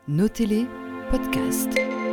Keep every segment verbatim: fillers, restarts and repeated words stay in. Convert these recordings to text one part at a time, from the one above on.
Nos Télé Podcast.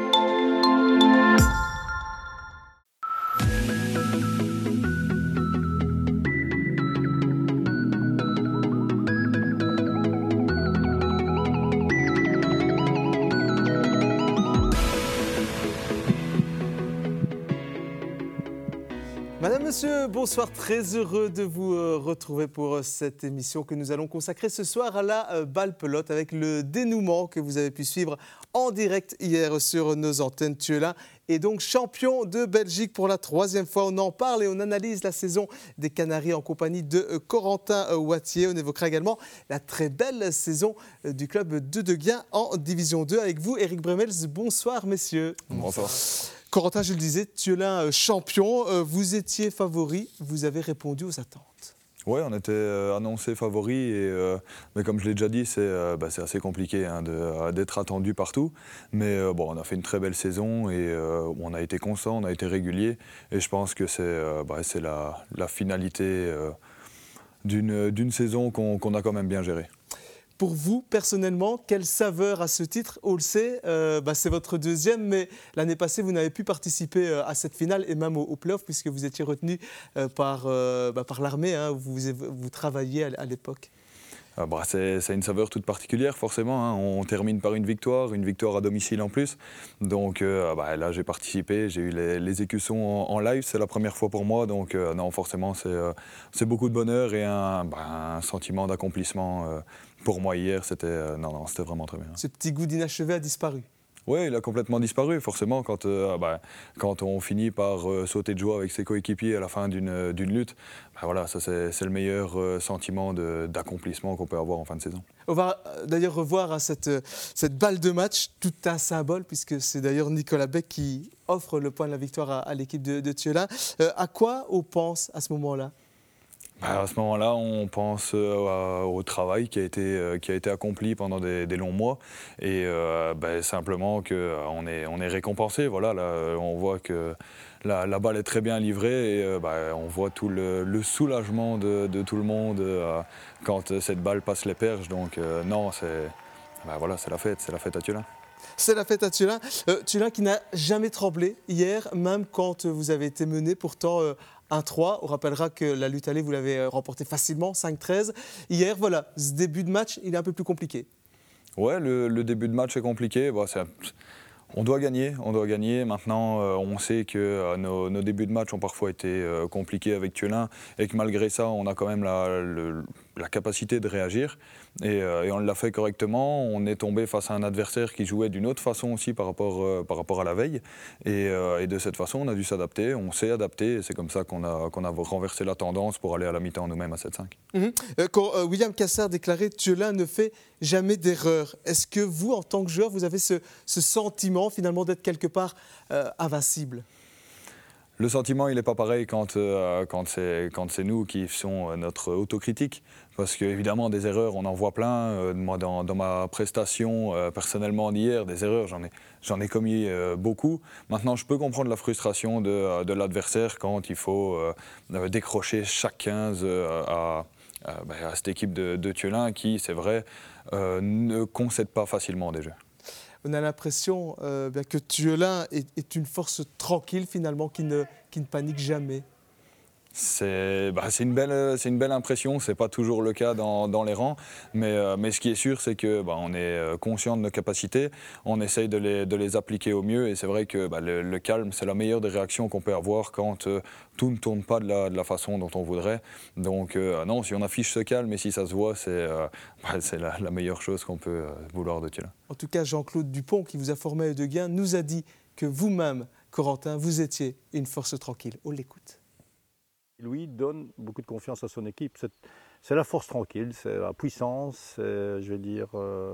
Madame, Monsieur, bonsoir, très heureux de vous euh, retrouver pour euh, cette émission que nous allons consacrer ce soir à la euh, balle pelote avec le dénouement que vous avez pu suivre en direct hier sur nos antennes. Thuelin est donc champion de Belgique pour la troisième fois. On en parle et on analyse la saison des Canaries en compagnie de euh, Corentin euh, Wattier. On évoquera également la très belle saison euh, du club de Deguin en Division deux. Avec vous, Eric Bremels, bonsoir messieurs. Bonsoir. Corentin, je le disais, Thuelin champion, vous étiez favori, vous avez répondu aux attentes. Oui, on était euh, annoncé favori, et, euh, mais comme je l'ai déjà dit, c'est euh, bah, assez compliqué hein, de, euh, d'être attendu partout. Mais euh, bon, on a fait une très belle saison et euh, on a été constant, on a été régulier. Et je pense que c'est, euh, bah, c'est la, la finalité euh, d'une, d'une saison qu'on, qu'on a quand même bien gérée. Pour vous, personnellement, quelle saveur à ce titre? On le sait, euh, bah, c'est votre deuxième, mais l'année passée, vous n'avez pu participer euh, à cette finale et même au, au play-off, puisque vous étiez retenu euh, par, euh, bah, par l'armée, hein, où vous, vous travailliez à, à l'époque. Ah bah, c'est, c'est une saveur toute particulière, forcément. Hein. On termine par une victoire, une victoire à domicile en plus. Donc euh, bah, là, j'ai participé, j'ai eu les, les écussons en, en live, c'est la première fois pour moi. Donc euh, non, forcément, c'est, euh, c'est beaucoup de bonheur et un, bah, un sentiment d'accomplissement. Euh, pour moi, hier, c'était, euh, non, non, c'était vraiment très bien. Ce petit goût d'inachevé a disparu. Oui, il a complètement disparu, forcément, quand, euh, bah, quand on finit par euh, sauter de joie avec ses coéquipiers à la fin d'une, d'une lutte. Bah, voilà, ça, c'est, c'est le meilleur euh, sentiment de, d'accomplissement qu'on peut avoir en fin de saison. On va d'ailleurs revoir hein, cette, cette balle de match, tout un symbole, puisque c'est d'ailleurs Nicolas Beck qui offre le point de la victoire à, à l'équipe de, de Thuelin. Euh, à quoi on pense à ce moment-là ? Bah, à ce moment-là, on pense euh, au travail qui a été, euh, qui a été accompli pendant des, des longs mois et euh, bah, simplement qu'on est, on est récompensé. Voilà, là, on voit que la, la balle est très bien livrée et euh, bah, on voit tout le, le soulagement de, de tout le monde euh, quand cette balle passe les perches. Donc euh, non, c'est, bah, voilà, c'est la fête, c'est la fête à Thuelin. C'est la fête à Thuelin. Euh, Thuelin qui n'a jamais tremblé hier, même quand vous avez été mené pourtant euh, un trois. On rappellera que la lutte allée, vous l'avez remporté facilement, cinq treize. Hier, voilà, ce début de match, il est un peu plus compliqué. Ouais, le, le début de match est compliqué. Bon, c'est... On doit gagner, on doit gagner. Maintenant, euh, on sait que euh, nos, nos débuts de match ont parfois été euh, compliqués avec Thuelin et que malgré ça, on a quand même la, le, la capacité de réagir. Et, euh, et on l'a fait correctement. On est tombé face à un adversaire qui jouait d'une autre façon aussi par rapport, euh, par rapport à la veille. Et, euh, et de cette façon, on a dû s'adapter. On s'est adapté et c'est comme ça qu'on a, qu'on a renversé la tendance pour aller à la mi-temps nous-mêmes à sept cinq. Mmh. Euh, quand euh, William Cassard déclarait « Thuelin ne fait jamais d'erreur », est-ce que vous, en tant que joueur, vous avez ce, ce sentiment finalement d'être quelque part euh, invincible ? Le sentiment, il n'est pas pareil quand, euh, quand, c'est, quand c'est nous qui faisons euh, notre autocritique. Parce qu'évidemment, des erreurs, on en voit plein. Euh, moi, dans, dans ma prestation, euh, personnellement, d'hier, des erreurs, j'en ai, j'en ai commis euh, beaucoup. Maintenant, je peux comprendre la frustration de, de l'adversaire quand il faut euh, décrocher chaque quinze euh, à, à, à cette équipe de, de Thuelin qui, c'est vrai, euh, ne concède pas facilement des jeux. On a l'impression euh, bien que Thuelin est, est une force tranquille finalement, qui ne, qui ne panique jamais. C'est, bah, c'est, une belle, c'est une belle impression, ce n'est pas toujours le cas dans, dans les rangs, mais, euh, mais ce qui est sûr, c'est qu'on bah, est conscient de nos capacités, on essaye de les, de les appliquer au mieux, et c'est vrai que bah, le, le calme, c'est la meilleure des réactions qu'on peut avoir quand euh, tout ne tourne pas de la, de la façon dont on voudrait. Donc euh, non, si on affiche ce calme et si ça se voit, c'est, euh, bah, c'est la, la meilleure chose qu'on peut euh, vouloir de Thuelin. En tout cas, Jean-Claude Dupont, qui vous a formé à Deguin, nous a dit que vous-même, Corentin, vous étiez une force tranquille. On l'écoute. Louis donne beaucoup de confiance à son équipe. C'est, c'est la force tranquille, c'est la puissance, c'est, je vais dire, euh,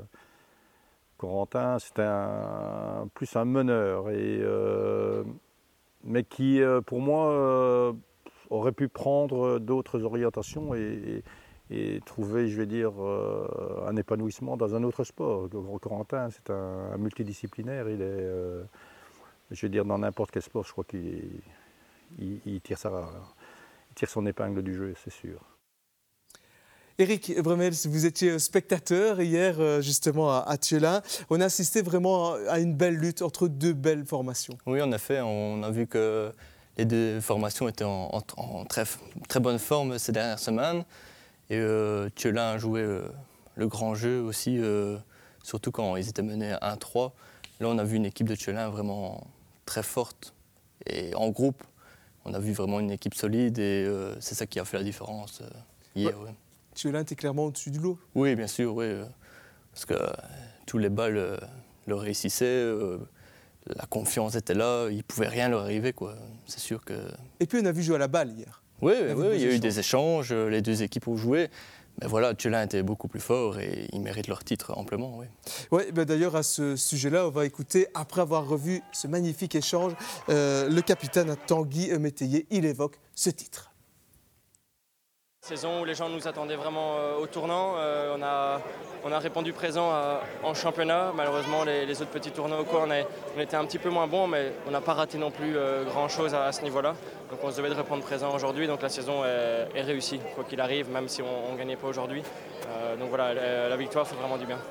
Corentin, c'est un, plus un meneur, et, euh, mais qui, euh, pour moi, euh, aurait pu prendre d'autres orientations et, et, et trouver, je vais dire, euh, un épanouissement dans un autre sport. Corentin, c'est un, un multidisciplinaire, il est, euh, je vais dire, dans n'importe quel sport, je crois qu'il Il, il, tire sa, il tire son épingle du jeu, c'est sûr. Éric Bremels, vous étiez spectateur hier justement à, à Thielin. On a assisté vraiment à une belle lutte entre deux belles formations. Oui, en effet, on a vu que les deux formations étaient en, en, en très, très bonne forme ces dernières semaines. Et euh, Thielin a joué euh, le grand jeu aussi, euh, surtout quand ils étaient menés un trois. Là, on a vu une équipe de Thielin vraiment très forte. Et en groupe, on a vu vraiment une équipe solide et euh, c'est ça qui a fait la différence euh, hier. Ouais. Ouais. Thielin était clairement au-dessus du lot. Oui, bien sûr, oui. Parce que euh, tous les balles euh, le réussissaient, euh, la confiance était là, il ne pouvait rien leur arriver, quoi. C'est sûr que... Et puis on a vu jouer à la balle hier. Oui, oui, oui, il y a eu des échanges, les deux équipes ont joué. Mais voilà, Thielin était beaucoup plus fort et ils méritent leur titre amplement, oui. Oui, ben d'ailleurs à ce sujet-là, on va écouter, après avoir revu ce magnifique échange, euh, le capitaine Tanguy Métayer, il évoque ce titre. Saison où les gens nous attendaient vraiment euh, au tournant. Euh, on, a, on a répondu présent à, en championnat. Malheureusement, les, les autres petits tournois au cours, on, a, on était un petit peu moins bons, mais on n'a pas raté non plus euh, grand-chose à, à ce niveau-là. Donc on se devait de répondre présent aujourd'hui. Donc la saison est, est réussie, quoi qu'il arrive, même si on ne gagnait pas aujourd'hui. Euh, donc voilà, la, la victoire fait vraiment du bien.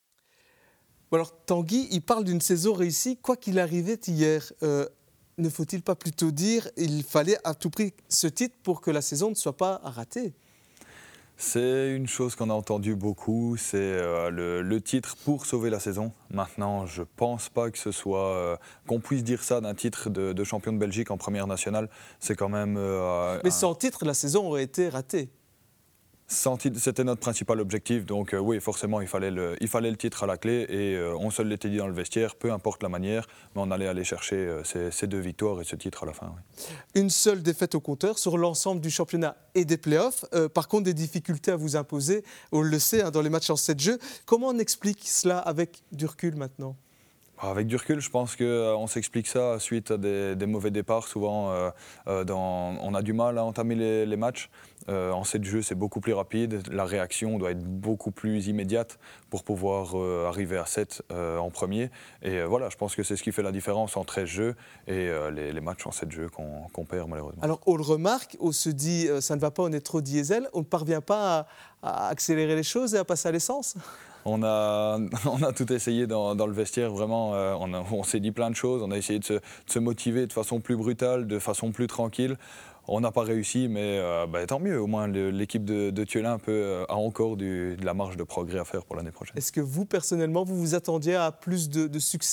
Alors Tanguy, il parle d'une saison réussie, quoi qu'il arrivait hier. Euh, Ne faut-il pas plutôt dire qu'il fallait à tout prix ce titre pour que la saison ne soit pas ratée? C'est une chose qu'on a entendue beaucoup, c'est euh, le, le titre pour sauver la saison. Maintenant, je ne pense pas que ce soit... Euh, qu'on puisse dire ça d'un titre de, de champion de Belgique en première nationale. C'est quand même... Euh, Mais un... sans titre, la saison aurait été ratée. Sans titre, c'était notre principal objectif, donc euh, oui, forcément, il fallait, le, il fallait le titre à la clé et euh, on se l'était dit dans le vestiaire, peu importe la manière, mais on allait aller chercher euh, ces, ces deux victoires et ce titre à la fin. Oui. Une seule défaite au compteur sur l'ensemble du championnat et des playoffs. Euh, par contre, des difficultés à vous imposer, on le sait, hein, dans les matchs en sept jeux. Comment on explique cela avec du recul maintenant ? Avec du recul, je pense qu'on euh, s'explique ça suite à des, des mauvais départs. Souvent, euh, euh, dans, on a du mal à entamer les, les matchs. Euh, en sept jeux, c'est beaucoup plus rapide. La réaction doit être beaucoup plus immédiate pour pouvoir euh, arriver à sept euh, en premier. Et euh, voilà, je pense que c'est ce qui fait la différence en treize jeux et euh, les, les matchs en sept jeux qu'on qu'on perd malheureusement. Alors, on le remarque, on se dit, euh, ça ne va pas, on est trop diesel. On ne parvient pas à, à accélérer les choses et à passer à l'essence. On a, on a tout essayé dans, dans le vestiaire, vraiment, euh, on, a, on s'est dit plein de choses, on a essayé de se, de se motiver de façon plus brutale, de façon plus tranquille. On n'a pas réussi, mais euh, bah, tant mieux, au moins le, l'équipe de, de Thielin peut, euh, a encore du, de la marge de progrès à faire pour l'année prochaine. Est-ce que vous, personnellement, vous vous attendiez à plus de, de succès ?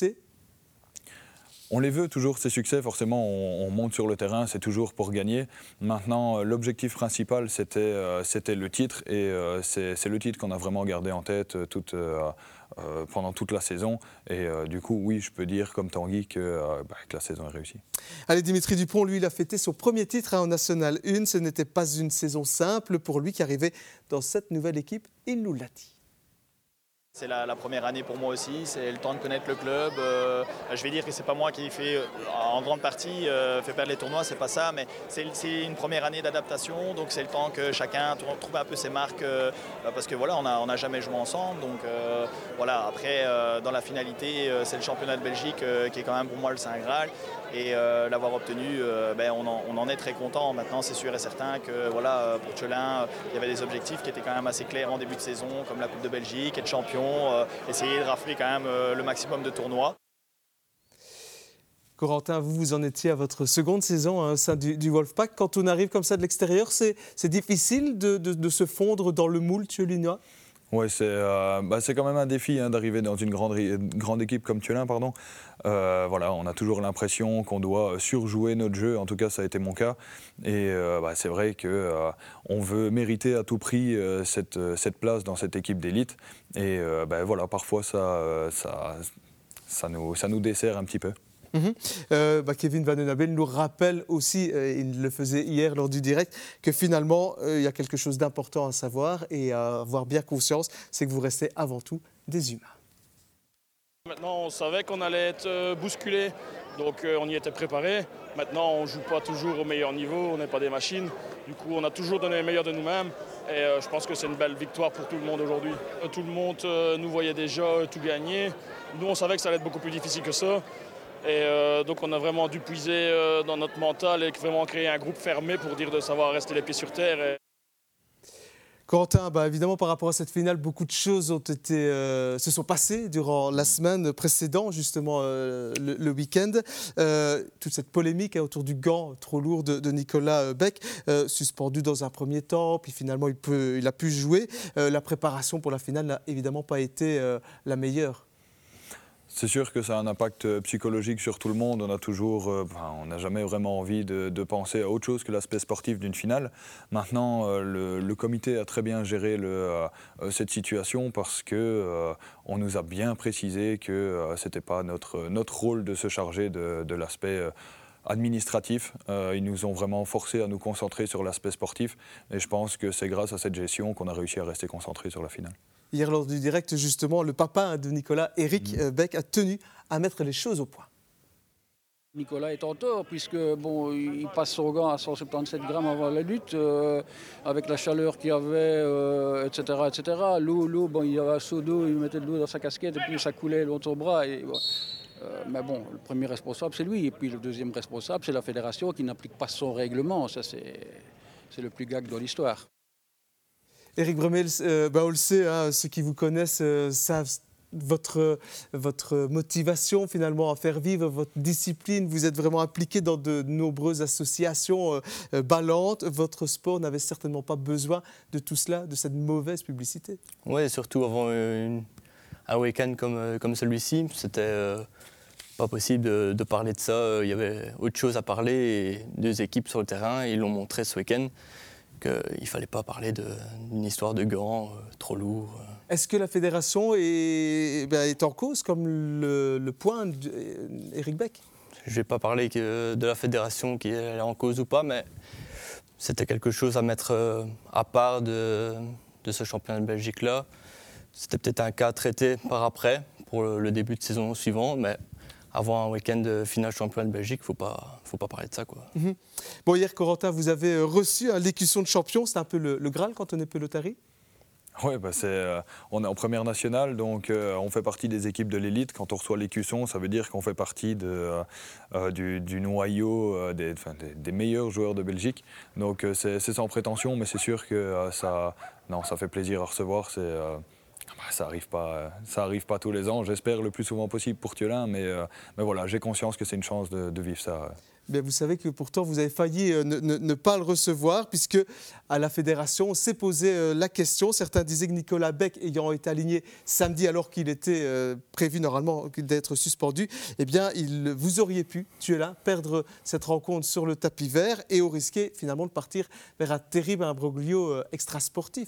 On les veut toujours, ces succès, forcément, on, on monte sur le terrain, c'est toujours pour gagner. Maintenant, l'objectif principal, c'était, euh, c'était le titre, et euh, c'est, c'est le titre qu'on a vraiment gardé en tête euh, toute, euh, euh, pendant toute la saison. Et euh, du coup, oui, je peux dire, comme Tanguy, que, euh, bah, que la saison est réussie. Allez, Dimitri Dupont, lui, il a fêté son premier titre hein, en National un. Ce n'était pas une saison simple pour lui qui arrivait dans cette nouvelle équipe, il nous l'a dit. C'est la, la première année pour moi aussi, c'est le temps de connaître le club. Euh, je vais dire que c'est pas moi qui fait en grande partie euh, fait perdre les tournois, c'est pas ça, mais c'est, c'est une première année d'adaptation, donc c'est le temps que chacun trouve un peu ses marques, euh, parce que voilà, on n'a on a jamais joué ensemble, donc euh, voilà. Après, euh, dans la finalité, euh, c'est le championnat de Belgique euh, qui est quand même pour moi le Saint Graal, et euh, l'avoir obtenu, euh, ben, on, en, on en est très content. Maintenant, c'est sûr et certain que voilà, pour Thielin, il y avait des objectifs qui étaient quand même assez clairs en début de saison, comme la Coupe de Belgique, être champion. Euh, essayer de rafler quand même euh, le maximum de tournois. Corentin, vous, vous en étiez à votre seconde saison hein, au sein du, du Wolfpack. Quand on arrive comme ça de l'extérieur, c'est, c'est difficile de, de, de se fondre dans le moule thielinois ? Oui, c'est, euh, bah, c'est quand même un défi hein, d'arriver dans une grande, grande équipe comme Thielin. Pardon. Euh, voilà, on a toujours l'impression qu'on doit surjouer notre jeu, en tout cas ça a été mon cas. Et euh, bah, c'est vrai qu'on euh, veut mériter à tout prix euh, cette, cette place dans cette équipe d'élite. Et euh, bah, voilà, parfois ça, ça, ça, nous, ça nous dessert un petit peu. Mmh. Euh, bah Kevin Van Den Abel nous rappelle aussi, euh, il le faisait hier lors du direct, que finalement euh, il y a quelque chose d'important à savoir et à avoir bien conscience, c'est que vous restez avant tout des humains. Maintenant on savait qu'on allait être bousculé, donc euh, on y était préparé. Maintenant on ne joue pas toujours au meilleur niveau, on n'est pas des machines. Du coup on a toujours donné le meilleur de nous-mêmes et euh, je pense que c'est une belle victoire pour tout le monde aujourd'hui. Euh, tout le monde euh, nous voyait déjà tout gagner. Nous on savait que ça allait être beaucoup plus difficile que ça. Et euh, donc on a vraiment dû puiser euh, dans notre mental et vraiment créer un groupe fermé pour dire de savoir rester les pieds sur terre. Et... Quentin, bah évidemment par rapport à cette finale, beaucoup de choses ont été, euh, se sont passées durant la semaine précédente, justement euh, le, le week-end. Euh, toute cette polémique hein, autour du gant trop lourd de, de Nicolas Beck, euh, suspendu dans un premier temps, puis finalement il, peut, il a pu jouer. Euh, la préparation pour la finale n'a évidemment pas été euh, la meilleure. C'est sûr que ça a un impact psychologique sur tout le monde. On a toujours, euh, enfin, on n'a jamais vraiment envie de, de penser à autre chose que l'aspect sportif d'une finale. Maintenant, euh, le, le comité a très bien géré le, euh, cette situation parce que euh, on nous a bien précisé que euh, c'était pas notre notre rôle de se charger de, de l'aspect euh, administratif. Euh, ils nous ont vraiment forcé à nous concentrer sur l'aspect sportif. Et je pense que c'est grâce à cette gestion qu'on a réussi à rester concentré sur la finale. Hier, lors du direct, justement, le papa de Nicolas, Eric mmh. Beck, a tenu à mettre les choses au point. Nicolas est en tort, puisque bon, il passe son gant à cent soixante-dix-sept grammes avant la lutte, euh, avec la chaleur qu'il y avait, euh, et cetera, et cetera. L'eau, l'eau, bon, il y avait un seau d'eau, il mettait de l'eau dans sa casquette, et puis ça coulait le long de son bras. Et, bon. euh, mais bon, le premier responsable, c'est lui, et puis le deuxième responsable, c'est la fédération qui n'applique pas son règlement. Ça, c'est, c'est le plus gag de l'histoire. Éric Bremel, euh, bah on le sait, hein, ceux qui vous connaissent euh, savent votre, votre motivation finalement à faire vivre votre discipline. Vous êtes vraiment impliqué dans de nombreuses associations euh, ballantes. Votre sport n'avait certainement pas besoin de tout cela, de cette mauvaise publicité. Oui, surtout avant une, un week-end comme, comme celui-ci, c'était euh, pas possible de, de parler de ça. Il y avait autre chose à parler et deux équipes sur le terrain, ils l'ont montré ce week-end. qu'il ne fallait pas parler d'une histoire de gants euh, trop lourds. Est-ce que la fédération est, ben, est en cause, comme le, le point d'Éric Beck? Je ne vais pas parler que de la fédération qui est en cause ou pas, mais c'était quelque chose à mettre euh, à part de, de ce championnat de Belgique-là. C'était peut-être un cas traité par après, pour le, le début de saison suivant, mais avant un week-end de finale championnat de Belgique, il ne faut pas, faut pas parler de ça, quoi. Mm-hmm. Bon, hier, Corentin, vous avez reçu hein, l'écusson de champion. C'est un peu le, le Graal quand on est pelotari? Oui, bah c'est, euh, on est en première nationale, donc euh, on fait partie des équipes de l'élite. Quand on reçoit l'écusson, ça veut dire qu'on fait partie de, euh, euh, du, du noyau euh, des, enfin, des, des meilleurs joueurs de Belgique. Donc euh, c'est, c'est sans prétention, mais c'est sûr que euh, ça, non, ça fait plaisir à recevoir. C'est, euh, bah, ça n'arrive pas, ça arrive pas tous les ans. J'espère le plus souvent possible pour Thiolin, mais, euh, mais voilà, j'ai conscience que c'est une chance de, de vivre ça. Bien, vous savez que pourtant vous avez failli euh, ne, ne, ne pas le recevoir, puisque à la fédération on s'est posé euh, la question. Certains disaient que Nicolas Beck, ayant été aligné samedi alors qu'il était euh, prévu normalement d'être suspendu, eh bien il, vous auriez pu, Thiolin, perdre cette rencontre sur le tapis vert et au risquer finalement de partir vers un terrible imbroglio euh, extrasportif.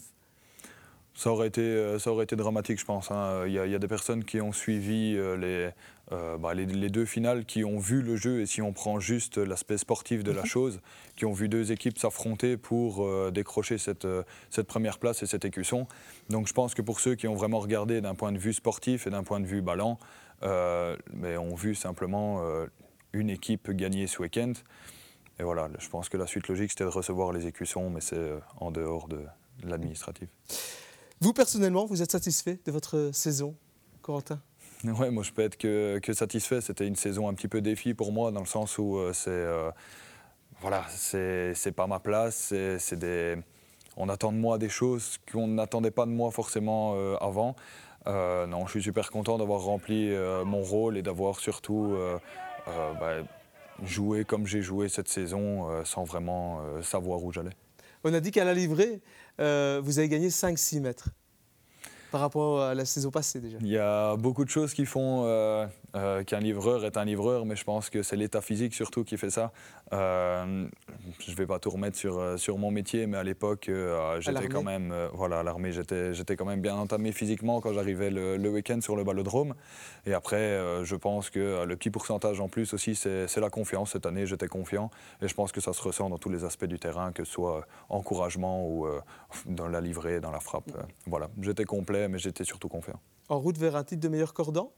Ça aurait été, ça aurait été dramatique, je pense. Hein. Il y a, il y a des personnes qui ont suivi euh, les, euh, bah, les, les deux finales, qui ont vu le jeu, et si on prend juste l'aspect sportif de la chose, qui ont vu deux équipes s'affronter pour euh, décrocher cette, euh, cette première place et cet écusson. Donc je pense que pour ceux qui ont vraiment regardé d'un point de vue sportif et d'un point de vue ballant, euh, mais ont vu simplement euh, une équipe gagner ce week-end. Et voilà, je pense que la suite logique, c'était de recevoir les écussons, mais c'est euh, en dehors de, de l'administratif. Vous, personnellement, vous êtes satisfait de votre saison, Corentin? Oui, moi je peux être que, que satisfait. C'était une saison un petit peu défi pour moi, dans le sens où euh, c'est, euh, voilà, c'est, c'est pas ma place. C'est, c'est des, on attend de moi des choses qu'on n'attendait pas de moi forcément euh, avant. Euh, non, je suis super content d'avoir rempli euh, mon rôle et d'avoir surtout euh, euh, bah, joué comme j'ai joué cette saison, euh, sans vraiment euh, savoir où j'allais. On a dit qu'à la livrée, euh, vous avez gagné cinq six mètres par rapport à la saison passée déjà. Il y a beaucoup de choses qui font euh, euh, qu'un livreur est un livreur, mais je pense que c'est l'état physique surtout qui fait ça. Euh, je ne vais pas tout remettre sur, sur mon métier, mais à l'époque, euh, j'étais quand même, euh, voilà, à l'armée, j'étais, j'étais quand même bien entamé physiquement quand j'arrivais le, le week-end sur le ballodrome. Et après, euh, je pense que le petit pourcentage en plus aussi, c'est, c'est la confiance. Cette année, j'étais confiant et je pense que ça se ressent dans tous les aspects du terrain, que ce soit encouragement ou euh, dans la livrée, dans la frappe. Euh, voilà, j'étais complet, mais j'étais surtout confiant. En route vers un titre de meilleur cordon?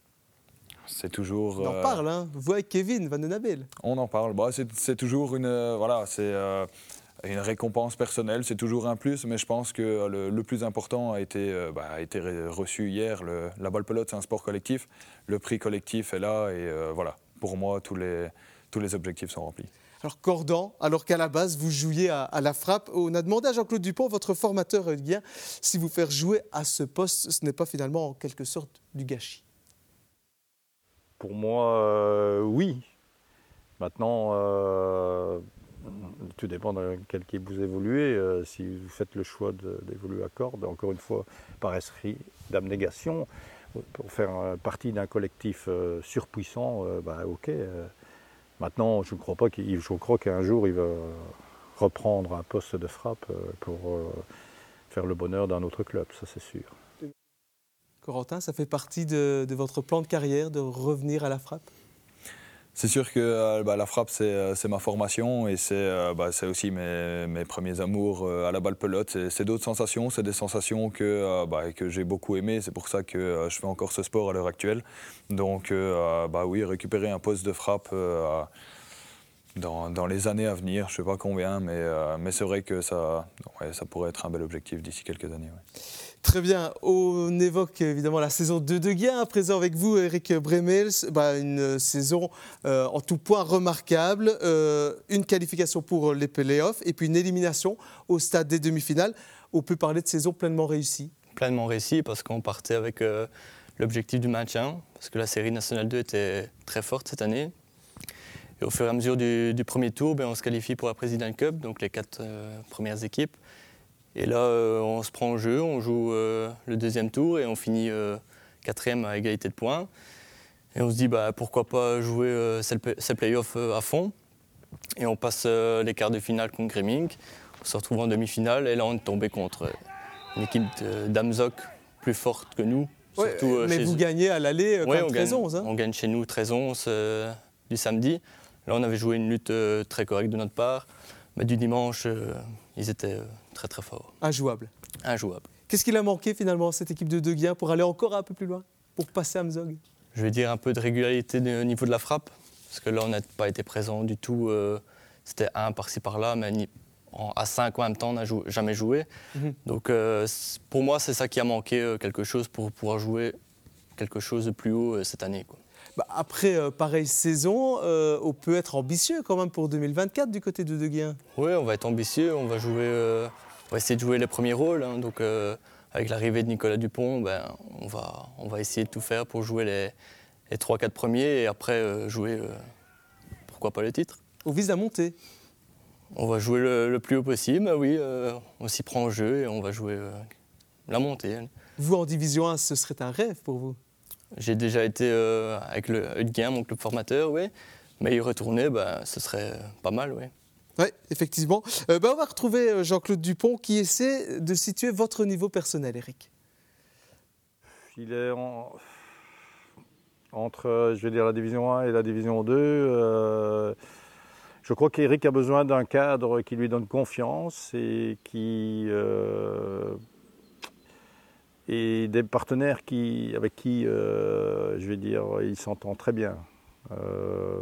C'est toujours. On en euh, parle, hein. Vous avec Kevin Van Den Abel. On en parle. Bah, c'est, c'est toujours une, euh, voilà, c'est, euh, une récompense personnelle. C'est toujours un plus, mais je pense que le, le plus important a été, euh, bah, a été reçu hier. Le, la balle pelote, c'est un sport collectif. Le prix collectif est là et euh, voilà. Pour moi, tous les, tous les objectifs sont remplis. Alors Cordan, alors qu'à la base vous jouiez à, à la frappe, on a demandé à Jean-Claude Dupont, votre formateur Ligue un, si vous faire jouer à ce poste, ce n'est pas finalement en quelque sorte du gâchis. Pour moi, euh, oui. Maintenant, euh, tout dépend de quelle équipe vous évoluez. Euh, si vous faites le choix de, d'évoluer à Cordes, encore une fois, par esprit d'abnégation, pour faire euh, partie d'un collectif euh, surpuissant, euh, bah, ok. Euh, maintenant, je ne crois pas qu'il, je crois qu'un jour, il va reprendre un poste de frappe euh, pour euh, faire le bonheur d'un autre club, ça c'est sûr. Corentin, ça fait partie de, de votre plan de carrière, de revenir à la frappe? C'est sûr que euh, bah, la frappe, c'est, c'est ma formation et c'est, euh, bah, c'est aussi mes, mes premiers amours euh, à la balle pelote. C'est, c'est d'autres sensations, c'est des sensations que, euh, bah, que j'ai beaucoup aimées. C'est pour ça que euh, je fais encore ce sport à l'heure actuelle. Donc euh, bah, oui, récupérer un poste de frappe euh, dans, dans les années à venir, je ne sais pas combien, mais, euh, mais c'est vrai que ça, ouais, ça pourrait être un bel objectif d'ici quelques années. Ouais. Très bien, on évoque évidemment la saison deux de Gien. À présent avec vous, Eric Bremels, bah, une saison euh, en tout point remarquable, euh, une qualification pour les play-offs et puis une élimination au stade des demi-finales. On peut parler de saison pleinement réussie. Pleinement réussie parce qu'on partait avec euh, l'objectif du maintien, parce que la série nationale deux était très forte cette année. Et au fur et à mesure du, du premier tour, ben, on se qualifie pour la President Cup, donc les quatre euh, premières équipes. Et là, euh, on se prend au jeu, on joue euh, le deuxième tour et on finit euh, quatrième à égalité de points. Et on se dit, bah, pourquoi pas jouer euh, ces play-offs euh, à fond. Et on passe euh, les quarts de finale contre Gréming. On se retrouve en demi-finale et là, on est tombé contre une équipe d'Amzoc plus forte que nous. Ouais, surtout, euh, mais chez vous eux. gagnez à l'aller euh, Ouais, comme treize onze. Hein. On gagne chez nous treize onze euh, du samedi. Là, on avait joué une lutte euh, très correcte de notre part. Mais du dimanche, euh, ils étaient euh, très très forts. Injouable. Injouable. Qu'est-ce qu'il a manqué finalement à cette équipe de De Gien pour aller encore un peu plus loin, pour passer à Amzog? Je vais dire un peu de régularité au niveau de la frappe, parce que là on n'a pas été présent du tout. Euh, C'était un par-ci par-là, mais ni, en, à cinq en même temps on n'a jou jamais joué. Mm-hmm. Donc euh, pour moi c'est ça qui a manqué, euh, quelque chose pour pouvoir jouer quelque chose de plus haut euh, cette année, quoi. Bah après euh, pareille saison, euh, on peut être ambitieux quand même pour deux mille vingt-quatre du côté de De Gien. Oui, on va être ambitieux, on va jouer, euh, on va essayer de jouer les premiers rôles. Hein, donc euh, avec l'arrivée de Nicolas Dupont, ben, on, va, on va essayer de tout faire pour jouer les, les trois quatre premiers et après euh, jouer, euh, pourquoi pas le titre. On vise à monter. On va jouer le, le plus haut possible, ben oui, euh, on s'y prend au jeu et on va jouer euh, la montée. Hein. Vous en division un, ce serait un rêve pour vous? J'ai déjà été euh, avec le Gien, mon club formateur, oui. Mais y retourner, ben, ce serait pas mal, oui. Oui, effectivement. Euh, ben, on va retrouver Jean-Claude Dupont qui essaie de situer votre niveau personnel, Eric. Il est en... entre, je vais dire, la division un et la division deux. Euh... Je crois qu'Eric a besoin d'un cadre qui lui donne confiance et qui... Euh... et des partenaires qui, avec qui, euh, je vais dire, il s'entend très bien. Euh,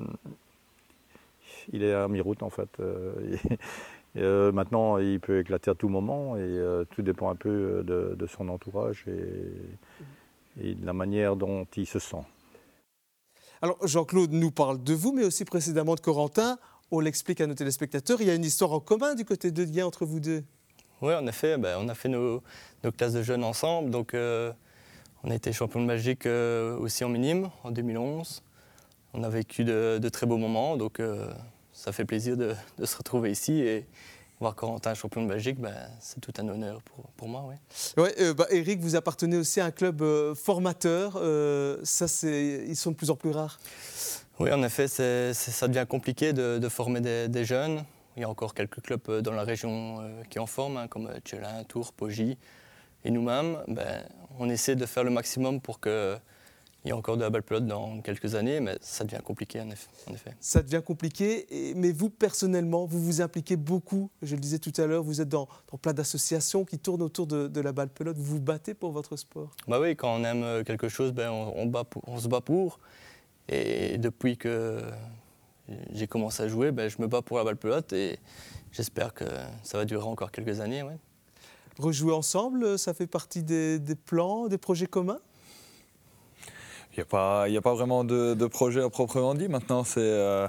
il est à mi-route en fait. Euh, et, euh, maintenant, il peut éclater à tout moment et euh, tout dépend un peu de, de son entourage et, et de la manière dont il se sent. Alors Jean-Claude nous parle de vous, mais aussi précédemment de Corentin. On l'explique à nos téléspectateurs, il y a une histoire en commun du côté de Gien entre vous deux. Oui, en effet, ben, on a fait nos, nos classes de jeunes ensemble. Donc, euh, on a été champion de Belgique euh, aussi en minime en deux mille onze. On a vécu de, de très beaux moments, donc euh, ça fait plaisir de, de se retrouver ici et voir Corentin champion de Belgique, ben, c'est tout un honneur pour, pour moi. Oui, ouais, euh, bah, Eric, vous appartenez aussi à un club euh, formateur. Euh, ça, c'est, ils sont de plus en plus rares. Oui, en effet, c'est, c'est, ça devient compliqué de, de former des, des jeunes. Il y a encore quelques clubs dans la région qui en forment, hein, comme Tchelin, Tours, Poggi. Et nous-mêmes, ben, on essaie de faire le maximum pour qu'il y ait encore de la balle pelote dans quelques années, mais ça devient compliqué en effet. Ça devient compliqué, et, mais vous, personnellement, vous vous impliquez beaucoup. Je le disais tout à l'heure, vous êtes dans, dans plein d'associations qui tournent autour de, de la balle pelote. Vous vous battez pour votre sport? Bah oui, quand on aime quelque chose, ben, on, on, bat pour, on se bat pour. Et depuis que j'ai commencé à jouer, ben, je me bats pour la balle pelote et j'espère que ça va durer encore quelques années. Ouais. Rejouer ensemble, ça fait partie des, des plans, des projets communs? Il n'y a pas, il n'y a pas vraiment de, de projet à proprement dit. Maintenant, c'est, euh,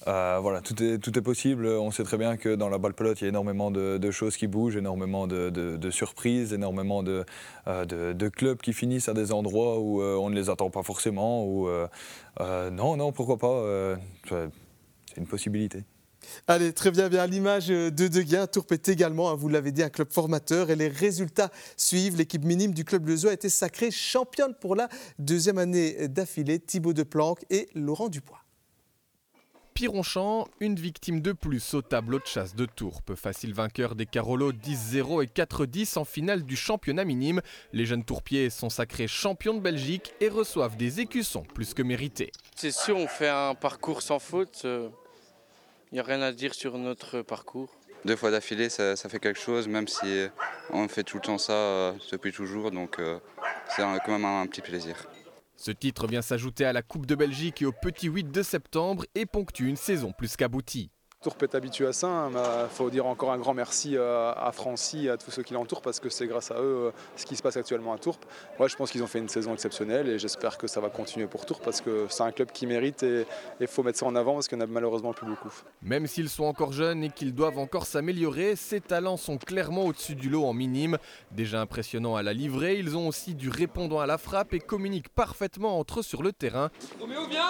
Euh, voilà, tout est, tout est possible. On sait très bien que dans la balle pelote, il y a énormément de, de choses qui bougent, énormément de, de, de surprises, énormément de, euh, de, de clubs qui finissent à des endroits où euh, on ne les attend pas forcément. Où, euh, euh, non, non, pourquoi pas. Euh, c'est une possibilité. Allez, très bien, bien. À l'image de Deguin, Tourpe est également, hein, vous l'avez dit, un club formateur et les résultats suivent. L'équipe minime du club Lezoa a été sacrée championne pour la deuxième année d'affilée. Thibaut Deplanque et Laurent Dubois. Pironchamp, une victime de plus au tableau de chasse de Tourpe. Facile vainqueur des Carolos dix zéro et quatre dix en finale du championnat minime. Les jeunes tourpiers sont sacrés champions de Belgique et reçoivent des écussons plus que mérités. C'est sûr, on fait un parcours sans faute. Il n'y a rien à dire sur notre parcours. Deux fois d'affilée, ça, ça fait quelque chose, même si on fait tout le temps ça euh, depuis toujours. Donc euh, c'est quand même un, un petit plaisir. Ce titre vient s'ajouter à la Coupe de Belgique et au petit huit de septembre et ponctue une saison plus qu'aboutie. Tourpe est habitué à ça, il faut dire encore un grand merci à Francy et à tous ceux qui l'entourent parce que c'est grâce à eux ce qui se passe actuellement à Tourpe. Ouais, je pense qu'ils ont fait une saison exceptionnelle et j'espère que ça va continuer pour Tourpe parce que c'est un club qui mérite et il faut mettre ça en avant parce qu'il n'y en a malheureusement plus beaucoup. Même s'ils sont encore jeunes et qu'ils doivent encore s'améliorer, ces talents sont clairement au-dessus du lot en minime. Déjà impressionnants à la livrée, ils ont aussi du répondant à la frappe et communiquent parfaitement entre eux sur le terrain. Roméo, viens !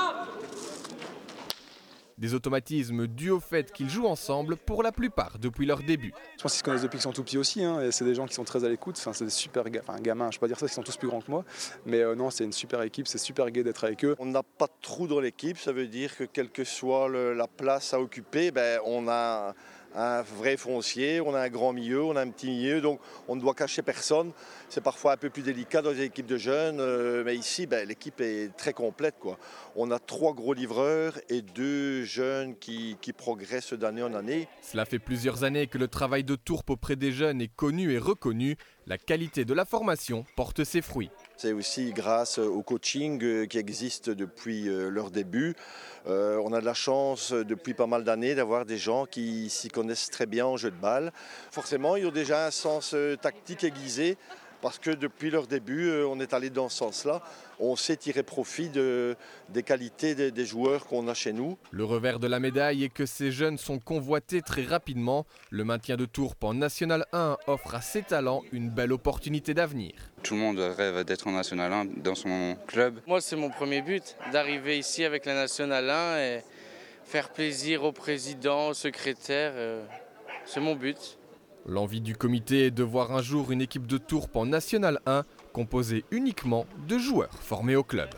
Des automatismes dus au fait qu'ils jouent ensemble pour la plupart depuis leur début. Je pense qu'ils se connaissent depuis qu'ils sont tout petits aussi, hein, et c'est des gens qui sont très à l'écoute, enfin, c'est des super ga- enfin, gamins, je ne peux pas dire ça, ils sont tous plus grands que moi, mais euh, non, c'est une super équipe, c'est super gai d'être avec eux. On n'a pas de trou dans l'équipe, ça veut dire que quelle que soit le, la place à occuper, ben, on a un vrai foncier, on a un grand milieu, on a un petit milieu, donc on ne doit cacher personne. C'est parfois un peu plus délicat dans les équipes de jeunes, euh, mais ici, ben, l'équipe est très complète, quoi. On a trois gros livreurs et deux jeunes qui, qui progressent d'année en année. Cela fait plusieurs années que le travail de Tourpe auprès des jeunes est connu et reconnu. La qualité de la formation porte ses fruits. C'est aussi grâce au coaching qui existe depuis leur début. Euh, on a de la chance depuis pas mal d'années d'avoir des gens qui s'y connaissent très bien en jeu de balle. Forcément, ils ont déjà un sens tactique aiguisé parce que depuis leur début, on est allé dans ce sens-là. On sait tirer profit de, des qualités des, des joueurs qu'on a chez nous. Le revers de la médaille est que ces jeunes sont convoités très rapidement. Le maintien de Tourpe en National un offre à ces talents une belle opportunité d'avenir. Tout le monde rêve d'être en National un dans son club. Moi, c'est mon premier but, d'arriver ici avec la National un et faire plaisir au président, au secrétaire. Euh, c'est mon but. L'envie du comité est de voir un jour une équipe de Tourpe en National un composée uniquement de joueurs formés au club.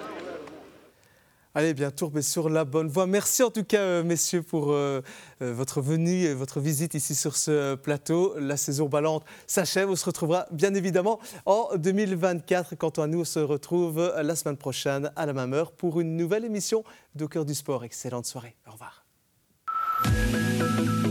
Allez bien, Tourpe est sur la bonne voie. Merci en tout cas, euh, messieurs, pour euh, euh, votre venue et votre visite ici sur ce plateau. La saison ballante s'achève. On se retrouvera bien évidemment en deux mille vingt-quatre. Quant à nous, on se retrouve la semaine prochaine à la même heure pour une nouvelle émission d'Au Cœur du Sport. Excellente soirée. Au revoir.